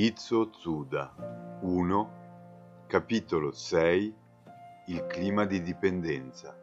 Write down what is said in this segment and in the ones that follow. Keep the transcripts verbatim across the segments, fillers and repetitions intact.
Itzo Tsuda uno, capitolo sei, il clima di dipendenza.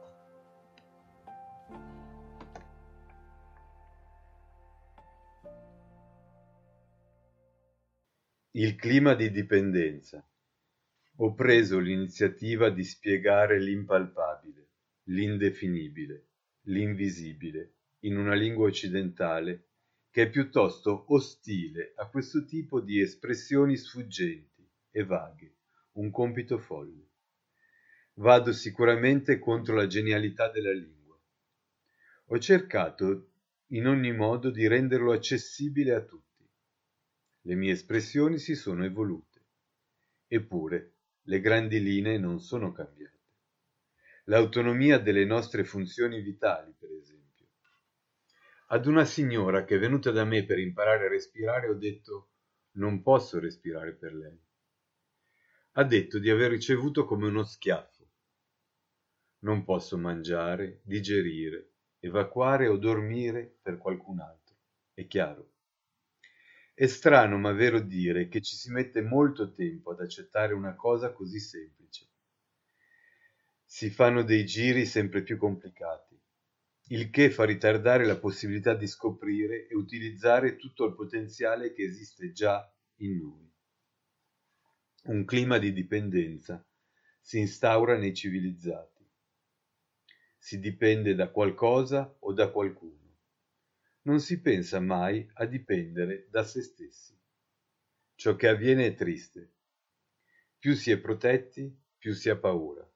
Il clima di dipendenza. Ho preso l'iniziativa di spiegare l'impalpabile, l'indefinibile, l'invisibile, in una lingua occidentale che è piuttosto ostile a questo tipo di espressioni sfuggenti e vaghe, un compito folle. Vado sicuramente contro la genialità della lingua. Ho cercato in ogni modo di renderlo accessibile a tutti. Le mie espressioni si sono evolute, eppure le grandi linee non sono cambiate. L'autonomia delle nostre funzioni vitali, per esempio. Ad una signora che è venuta da me per imparare a respirare ho detto: non posso respirare per lei. Ha detto di aver ricevuto come uno schiaffo. Non posso mangiare, digerire, evacuare o dormire per qualcun altro. È chiaro. È strano ma vero dire che ci si mette molto tempo ad accettare una cosa così semplice. Si fanno dei giri sempre più complicati, il che fa ritardare la possibilità di scoprire e utilizzare tutto il potenziale che esiste già in noi. Un clima di dipendenza si instaura nei civilizzati. Si dipende da qualcosa o da qualcuno. Non si pensa mai a dipendere da se stessi. Ciò che avviene è triste. Più si è protetti, più si ha paura.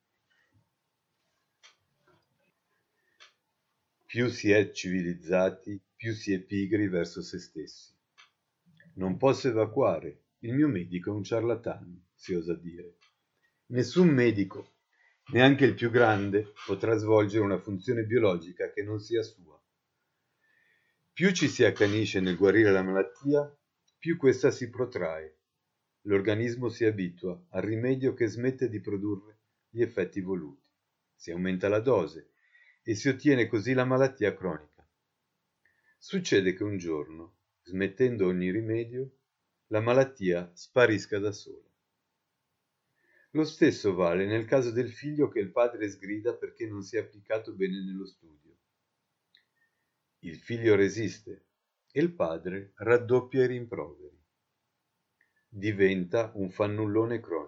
Più si è civilizzati, più si è pigri verso se stessi. Non posso evacuare, il mio medico è un ciarlatano, si osa dire. Nessun medico, neanche il più grande, potrà svolgere una funzione biologica che non sia sua. Più ci si accanisce nel guarire la malattia, più questa si protrae. L'organismo si abitua al rimedio che smette di produrre gli effetti voluti. Si aumenta la dose e si ottiene così la malattia cronica. Succede che un giorno, smettendo ogni rimedio, la malattia sparisca da sola. Lo stesso vale nel caso del figlio che il padre sgrida perché non si è applicato bene nello studio. Il figlio resiste e il padre raddoppia i rimproveri. Diventa un fannullone cronico.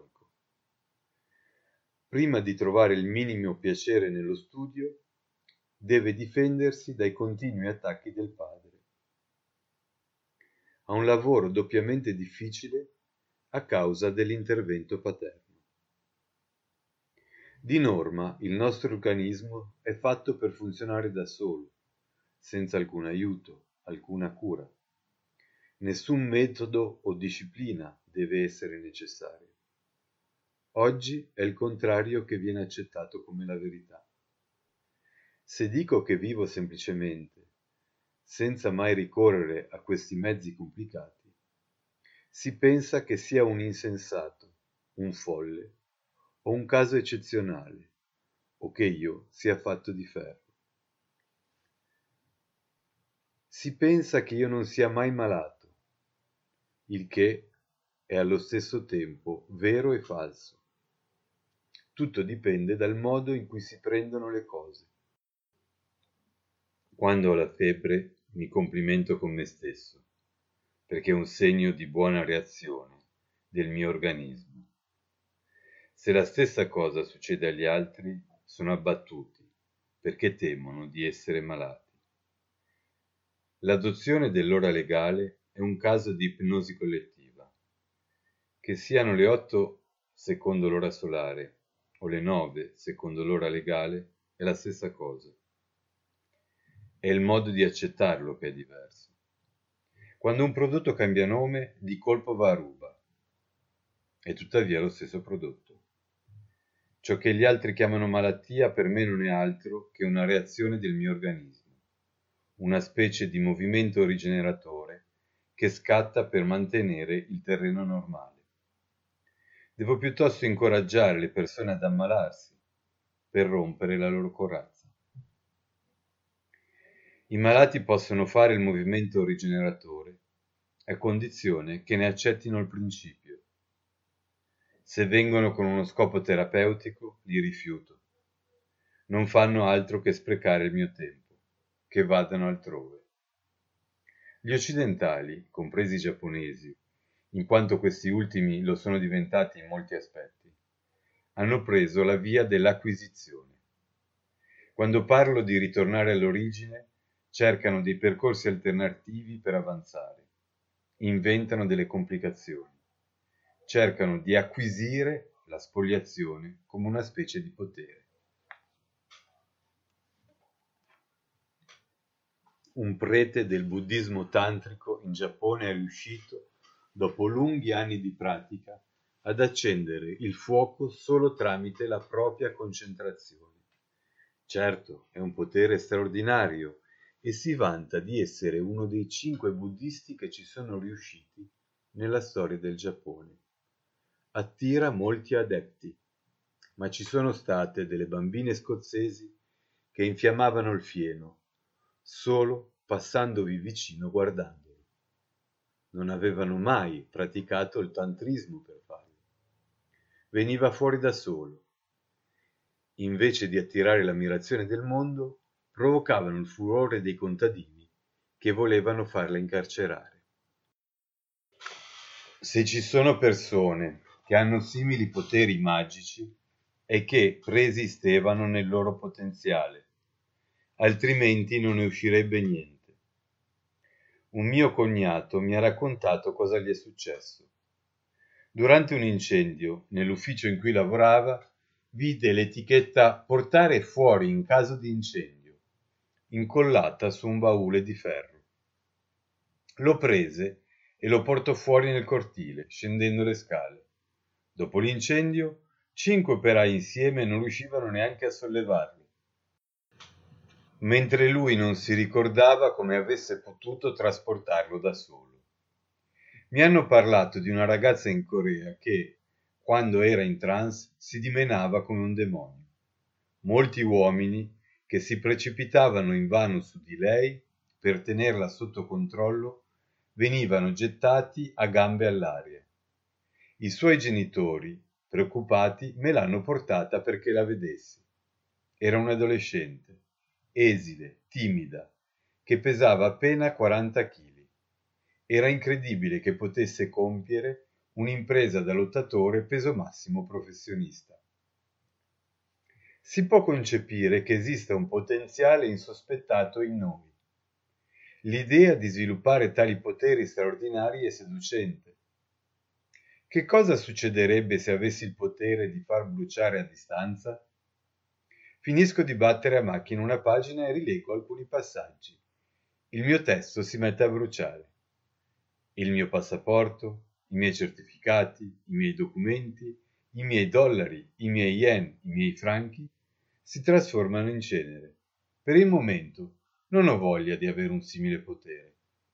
Prima di trovare il minimo piacere nello studio, deve difendersi dai continui attacchi del padre. Ha un lavoro doppiamente difficile a causa dell'intervento paterno. Di norma il nostro organismo è fatto per funzionare da solo, senza alcun aiuto, alcuna cura. Nessun metodo o disciplina deve essere necessario. Oggi è il contrario che viene accettato come la verità. Se dico che vivo semplicemente, senza mai ricorrere a questi mezzi complicati, si pensa che sia un insensato, un folle o un caso eccezionale, o che io sia fatto di ferro. Si pensa che io non sia mai malato, il che è allo stesso tempo vero e falso. Tutto dipende dal modo in cui si prendono le cose. Quando ho la febbre mi complimento con me stesso, perché è un segno di buona reazione del mio organismo. Se la stessa cosa succede agli altri, sono abbattuti, perché temono di essere malati. L'adozione dell'ora legale è un caso di ipnosi collettiva. Che siano le otto secondo l'ora solare o le nove secondo l'ora legale è la stessa cosa. È il modo di accettarlo che è diverso. Quando un prodotto cambia nome, di colpo va a ruba. È tuttavia lo stesso prodotto. Ciò che gli altri chiamano malattia per me non è altro che una reazione del mio organismo, una specie di movimento rigeneratore che scatta per mantenere il terreno normale. Devo piuttosto incoraggiare le persone ad ammalarsi per rompere la loro corazza. I malati possono fare il movimento rigeneratore a condizione che ne accettino il principio. Se vengono con uno scopo terapeutico, li rifiuto. Non fanno altro che sprecare il mio tempo, che vadano altrove. Gli occidentali, compresi i giapponesi, in quanto questi ultimi lo sono diventati in molti aspetti, hanno preso la via dell'acquisizione. Quando parlo di ritornare all'origine, cercano dei percorsi alternativi per avanzare, inventano delle complicazioni, cercano di acquisire la spoliazione come una specie di potere. Un prete del buddismo tantrico in Giappone è riuscito, dopo lunghi anni di pratica, ad accendere il fuoco solo tramite la propria concentrazione. Certo, è un potere straordinario e si vanta di essere uno dei cinque buddisti che ci sono riusciti nella storia del Giappone. Attira molti adepti, ma ci sono state delle bambine scozzesi che infiammavano il fieno, solo passandovi vicino guardandolo. Non avevano mai praticato il tantrismo per farlo. Veniva fuori da solo. Invece di attirare l'ammirazione del mondo, provocavano il furore dei contadini che volevano farla incarcerare. Se ci sono persone che hanno simili poteri magici, è che preesistevano nel loro potenziale, altrimenti non ne uscirebbe niente. Un mio cognato mi ha raccontato cosa gli è successo. Durante un incendio, nell'ufficio in cui lavorava, vide l'etichetta "portare fuori in caso di incendio", incollata su un baule di ferro. Lo prese e lo portò fuori nel cortile, scendendo le scale. Dopo l'incendio, cinque operai insieme non riuscivano neanche a sollevarlo, mentre lui non si ricordava come avesse potuto trasportarlo da solo. Mi hanno parlato di una ragazza in Corea che, quando era in trance, si dimenava come un demonio. Molti uomini che si precipitavano invano su di lei per tenerla sotto controllo venivano gettati a gambe all'aria. I suoi genitori, preoccupati, me l'hanno portata perché la vedessi. Era un'adolescente, esile, timida, che pesava appena quaranta chili. Era incredibile che potesse compiere un'impresa da lottatore peso massimo professionista. Si può concepire che esista un potenziale insospettato in noi. L'idea di sviluppare tali poteri straordinari è seducente. Che cosa succederebbe se avessi il potere di far bruciare a distanza? Finisco di battere a macchina una pagina e rileggo alcuni passaggi. Il mio testo si mette a bruciare. Il mio passaporto, i miei certificati, i miei documenti, i miei dollari, i miei yen, i miei franchi si trasformano in cenere. Per il momento non ho voglia di avere un simile potere.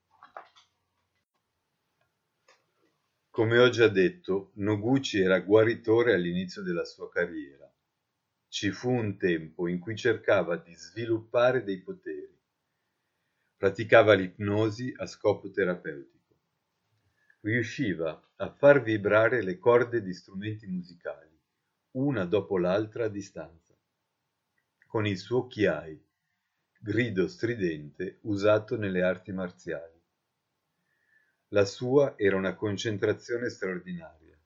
Come ho già detto, Noguchi era guaritore all'inizio della sua carriera. Ci fu un tempo in cui cercava di sviluppare dei poteri. Praticava l'ipnosi a scopo terapeutico. Riusciva a far vibrare le corde di strumenti musicali, una dopo l'altra a distanza, con il suo Kiai, grido stridente usato nelle arti marziali. La sua era una concentrazione straordinaria.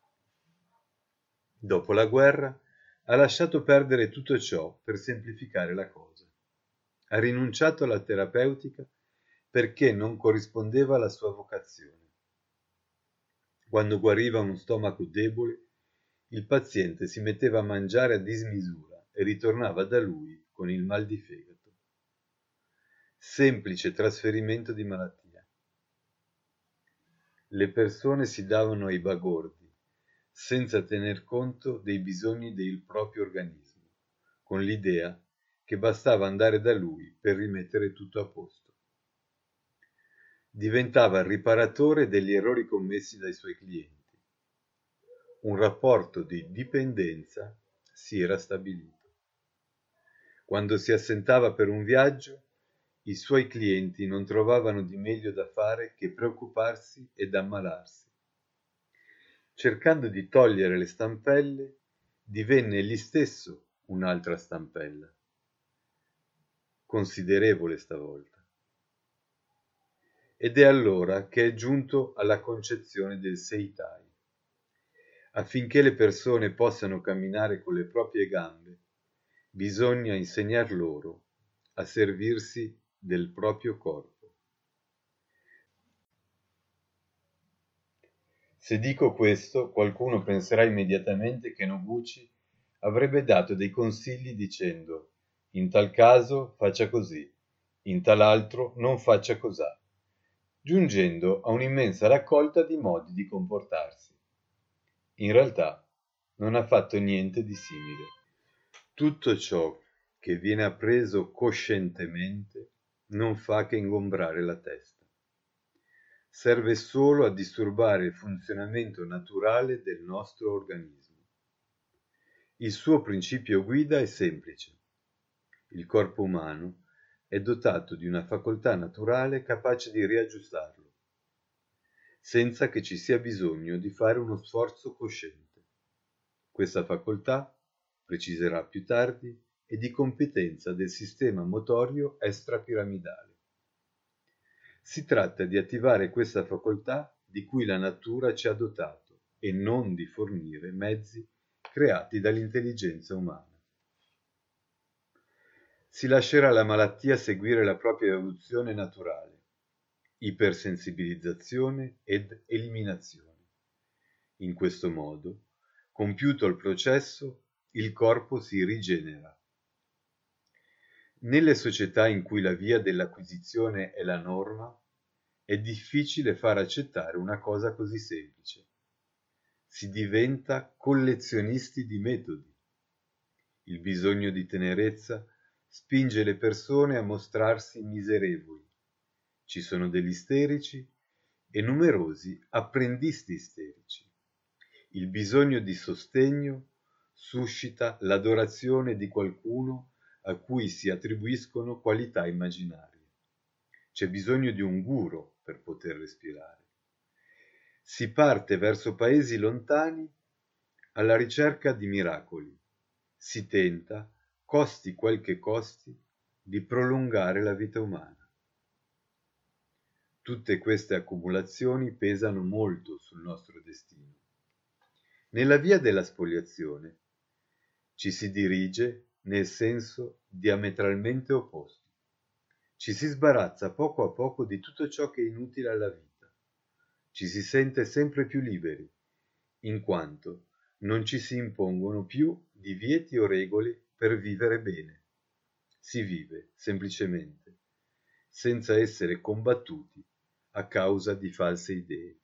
Dopo la guerra ha lasciato perdere tutto ciò per semplificare la cosa. Ha rinunciato alla terapeutica perché non corrispondeva alla sua vocazione. Quando guariva uno stomaco debole, il paziente si metteva a mangiare a dismisura e ritornava da lui con il mal di fegato. Semplice trasferimento di malattia. Le persone si davano ai bagordi, senza tener conto dei bisogni del proprio organismo, con l'idea che bastava andare da lui per rimettere tutto a posto. Diventava il riparatore degli errori commessi dai suoi clienti. Un rapporto di dipendenza si era stabilito. Quando si assentava per un viaggio, I suoi clienti non trovavano di meglio da fare che preoccuparsi ed ammalarsi. Cercando di togliere le stampelle, divenne egli stesso un'altra stampella, considerevole stavolta. Ed è allora che è giunto alla concezione del Seitai. Affinché le persone possano camminare con le proprie gambe, bisogna insegnar loro a servirsi del proprio corpo. Se dico questo, qualcuno penserà immediatamente che Noguchi avrebbe dato dei consigli dicendo: in tal caso faccia così, in tal altro non faccia cosà, giungendo a un'immensa raccolta di modi di comportarsi. In realtà non ha fatto niente di simile. Tutto ciò che viene appreso coscientemente non fa che ingombrare la testa. Serve solo a disturbare il funzionamento naturale del nostro organismo. Il suo principio guida è semplice. Il corpo umano è dotato di una facoltà naturale capace di riaggiustarlo, senza che ci sia bisogno di fare uno sforzo cosciente. Questa facoltà, preciserà più tardi, è di competenza del sistema motorio extrapiramidale. Si tratta di attivare questa facoltà di cui la natura ci ha dotato e non di fornire mezzi creati dall'intelligenza umana. Si lascerà la malattia seguire la propria evoluzione naturale, ipersensibilizzazione ed eliminazione. In questo modo, compiuto il processo, il corpo si rigenera. Nelle società in cui la via dell'acquisizione è la norma, è difficile far accettare una cosa così semplice. Si diventa collezionisti di metodi. Il bisogno di tenerezza spinge le persone a mostrarsi miserevoli. Ci sono degli isterici e numerosi apprendisti isterici. Il bisogno di sostegno suscita l'adorazione di qualcuno a cui si attribuiscono qualità immaginarie. C'è bisogno di un guru per poter respirare. Si parte verso paesi lontani alla ricerca di miracoli. Si tenta, costi quel che costi, di prolungare la vita umana. Tutte queste accumulazioni pesano molto sul nostro destino. Nella via della spoliazione ci si dirige nel senso diametralmente opposto. Ci si sbarazza poco a poco di tutto ciò che è inutile alla vita. Ci si sente sempre più liberi, in quanto non ci si impongono più divieti o regole per vivere bene. Si vive semplicemente, senza essere combattuti a causa di false idee.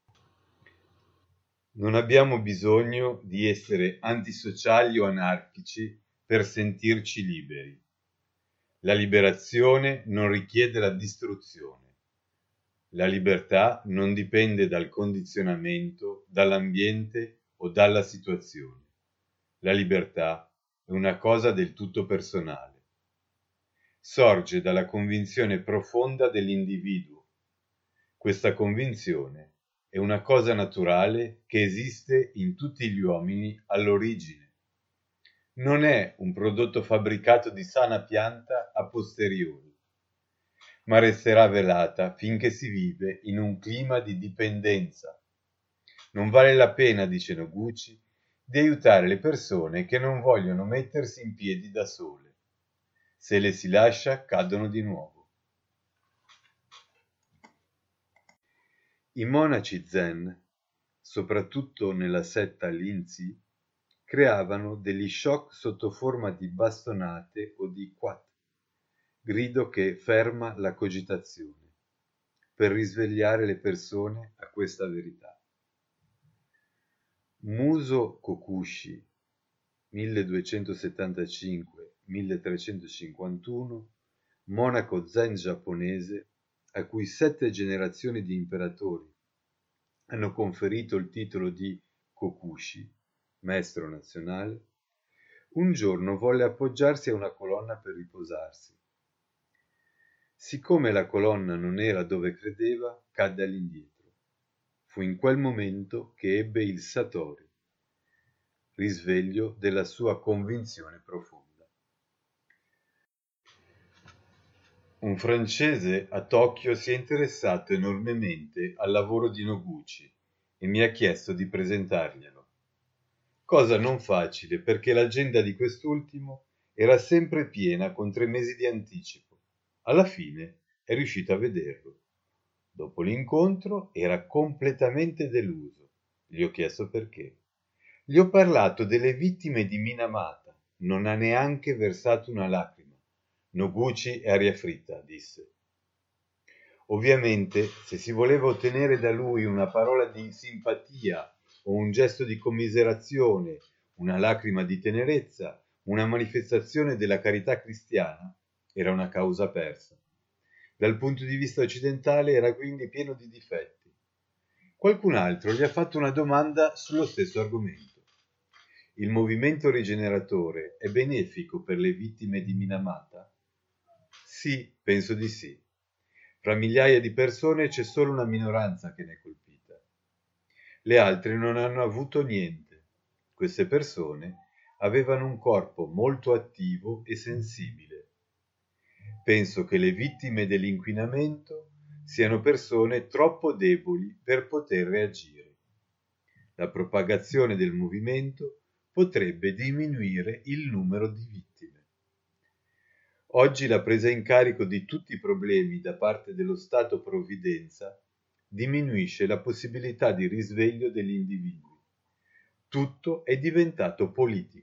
Non abbiamo bisogno di essere antisociali o anarchici per sentirci liberi. La liberazione non richiede la distruzione. La libertà non dipende dal condizionamento, dall'ambiente o dalla situazione. La libertà è una cosa del tutto personale. Sorge dalla convinzione profonda dell'individuo. Questa convinzione è una cosa naturale che esiste in tutti gli uomini all'origine. Non è un prodotto fabbricato di sana pianta a posteriori, ma resterà velata finché si vive in un clima di dipendenza. Non vale la pena, dice Noguchi, di aiutare le persone che non vogliono mettersi in piedi da sole. Se le si lascia, cadono di nuovo. I monaci zen, soprattutto nella setta Linzi, creavano degli shock sotto forma di bastonate o di quat, grido che ferma la cogitazione, per risvegliare le persone a questa verità. Muso Kokushi, milleduecentosettantacinque milletrecentocinquantuno, monaco zen giapponese, a cui sette generazioni di imperatori hanno conferito il titolo di Kokushi, maestro nazionale, un giorno volle appoggiarsi a una colonna per riposarsi. Siccome la colonna non era dove credeva, cadde all'indietro. Fu in quel momento che ebbe il satori, risveglio della sua convinzione profonda. Un francese a Tokyo si è interessato enormemente al lavoro di Noguchi e mi ha chiesto di presentarglielo. Cosa non facile perché l'agenda di quest'ultimo era sempre piena con tre mesi di anticipo. Alla fine è riuscito a vederlo. Dopo l'incontro era completamente deluso. Gli ho chiesto perché. Gli ho parlato delle vittime di Minamata. Non ha neanche versato una lacrima. Noguchi è aria fritta, disse. Ovviamente, se si voleva ottenere da lui una parola di simpatia o un gesto di commiserazione, una lacrima di tenerezza, una manifestazione della carità cristiana, era una causa persa. Dal punto di vista occidentale era quindi pieno di difetti. Qualcun altro gli ha fatto una domanda sullo stesso argomento. Il movimento rigeneratore è benefico per le vittime di Minamata? Sì, penso di sì. Fra migliaia di persone c'è solo una minoranza che ne è colpita. Le altre non hanno avuto niente. Queste persone avevano un corpo molto attivo e sensibile. Penso che le vittime dell'inquinamento siano persone troppo deboli per poter reagire. La propagazione del movimento potrebbe diminuire il numero di vittime. Oggi la presa in carico di tutti i problemi da parte dello Stato provvidenza diminuisce la possibilità di risveglio degli individui. Tutto è diventato politico.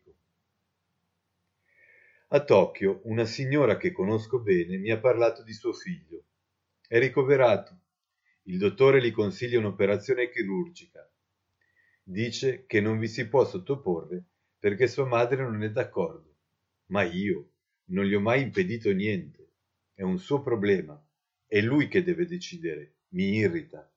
A Tokyo una signora che conosco bene mi ha parlato di suo figlio. È ricoverato. Il dottore gli consiglia un'operazione chirurgica. Dice che non vi si può sottoporre perché sua madre non è d'accordo. Ma io non gli ho mai impedito niente. È un suo problema. È lui che deve decidere. Mi irrita.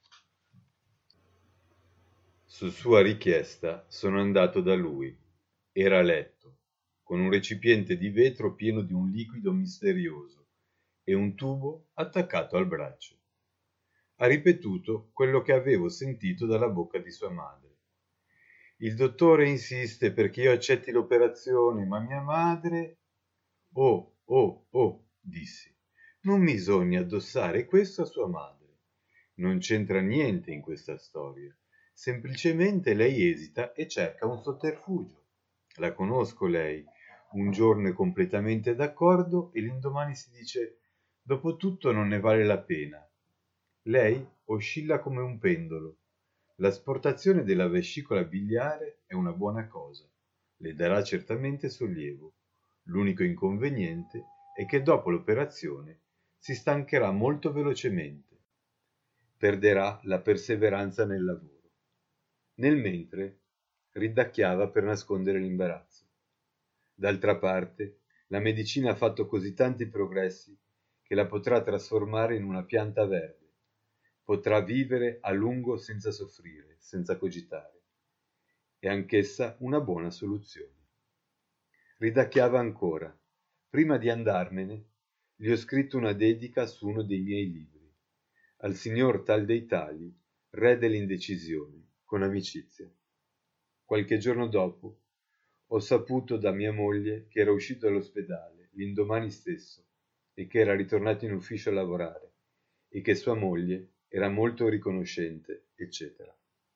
Su sua richiesta sono andato da lui. Era a letto, con un recipiente di vetro pieno di un liquido misterioso e un tubo attaccato al braccio. Ha ripetuto quello che avevo sentito dalla bocca di sua madre. Il dottore insiste perché io accetti l'operazione, ma mia madre... Oh, oh, oh, dissi, non bisogna addossare questo a sua madre. Non c'entra niente in questa storia. Semplicemente lei esita e cerca un sotterfugio. La conosco lei. Un giorno è completamente d'accordo e l'indomani si dice dopo tutto non ne vale la pena. Lei oscilla come un pendolo. L'asportazione della vescicola biliare è una buona cosa. Le darà certamente sollievo. L'unico inconveniente è che dopo l'operazione si stancherà molto velocemente. Perderà la perseveranza nel lavoro. Nel mentre ridacchiava per nascondere l'imbarazzo. D'altra parte, la medicina ha fatto così tanti progressi che la potrà trasformare in una pianta verde. Potrà vivere a lungo senza soffrire, senza cogitare. È anch'essa una buona soluzione. Ridacchiava ancora. Prima di andarmene, gli ho scritto una dedica su uno dei miei libri, al signor tal dei tali, re dell'indecisione, con amicizia. Qualche giorno dopo ho saputo da mia moglie che era uscito dall'ospedale l'indomani stesso e che era ritornato in ufficio a lavorare e che sua moglie era molto riconoscente, eccetera.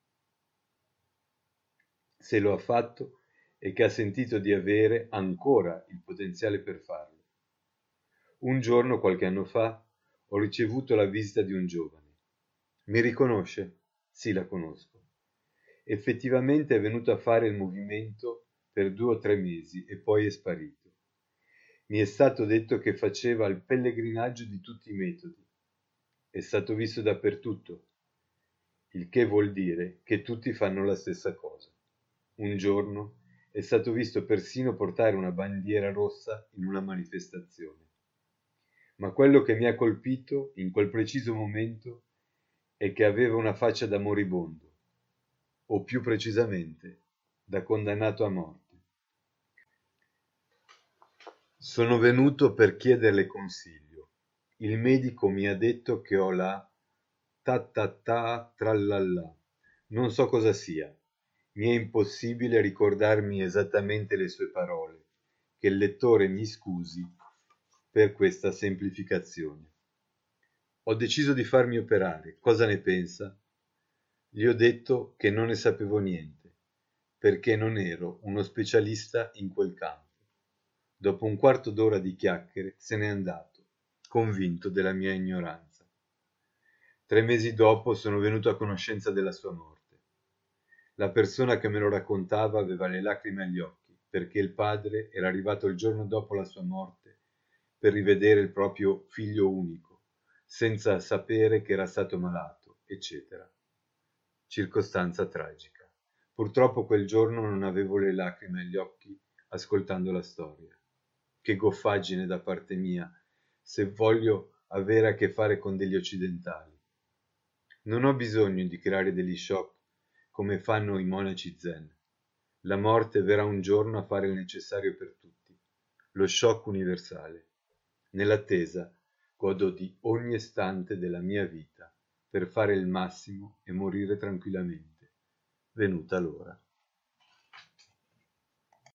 Se lo ha fatto è che ha sentito di avere ancora il potenziale per farlo. Un giorno, qualche anno fa, ho ricevuto la visita di un giovane. Mi riconosce? Sì, la conosco. Effettivamente è venuto a fare il movimento per due o tre mesi e poi è sparito. Mi è stato detto che faceva il pellegrinaggio di tutti i metodi. È stato visto dappertutto, il che vuol dire che tutti fanno la stessa cosa. Un giorno è stato visto persino portare una bandiera rossa in una manifestazione. Ma quello che mi ha colpito in quel preciso momento è che aveva una faccia da moribondo, o più precisamente da condannato a morte. Sono venuto per chiederle consiglio. Il medico mi ha detto che ho la ta ta ta trallallà. Non so cosa sia. Mi è impossibile ricordarmi esattamente le sue parole. Che il lettore mi scusi per questa semplificazione. Ho deciso di farmi operare. Cosa ne pensa? Gli ho detto che non ne sapevo niente, perché non ero uno specialista in quel campo. Dopo un quarto d'ora di chiacchiere se n'è andato, convinto della mia ignoranza. Tre mesi dopo sono venuto a conoscenza della sua morte. La persona che me lo raccontava aveva le lacrime agli occhi, perché il padre era arrivato il giorno dopo la sua morte per rivedere il proprio figlio unico, senza sapere che era stato malato, eccetera. Circostanza tragica. Purtroppo quel giorno non avevo le lacrime agli occhi ascoltando la storia. Che goffaggine da parte mia, se voglio avere a che fare con degli occidentali. Non ho bisogno di creare degli shock come fanno i monaci zen. La morte verrà un giorno a fare il necessario per tutti. Lo shock universale. Nell'attesa godo di ogni istante della mia vita per fare il massimo e morire tranquillamente. Venuta l'ora.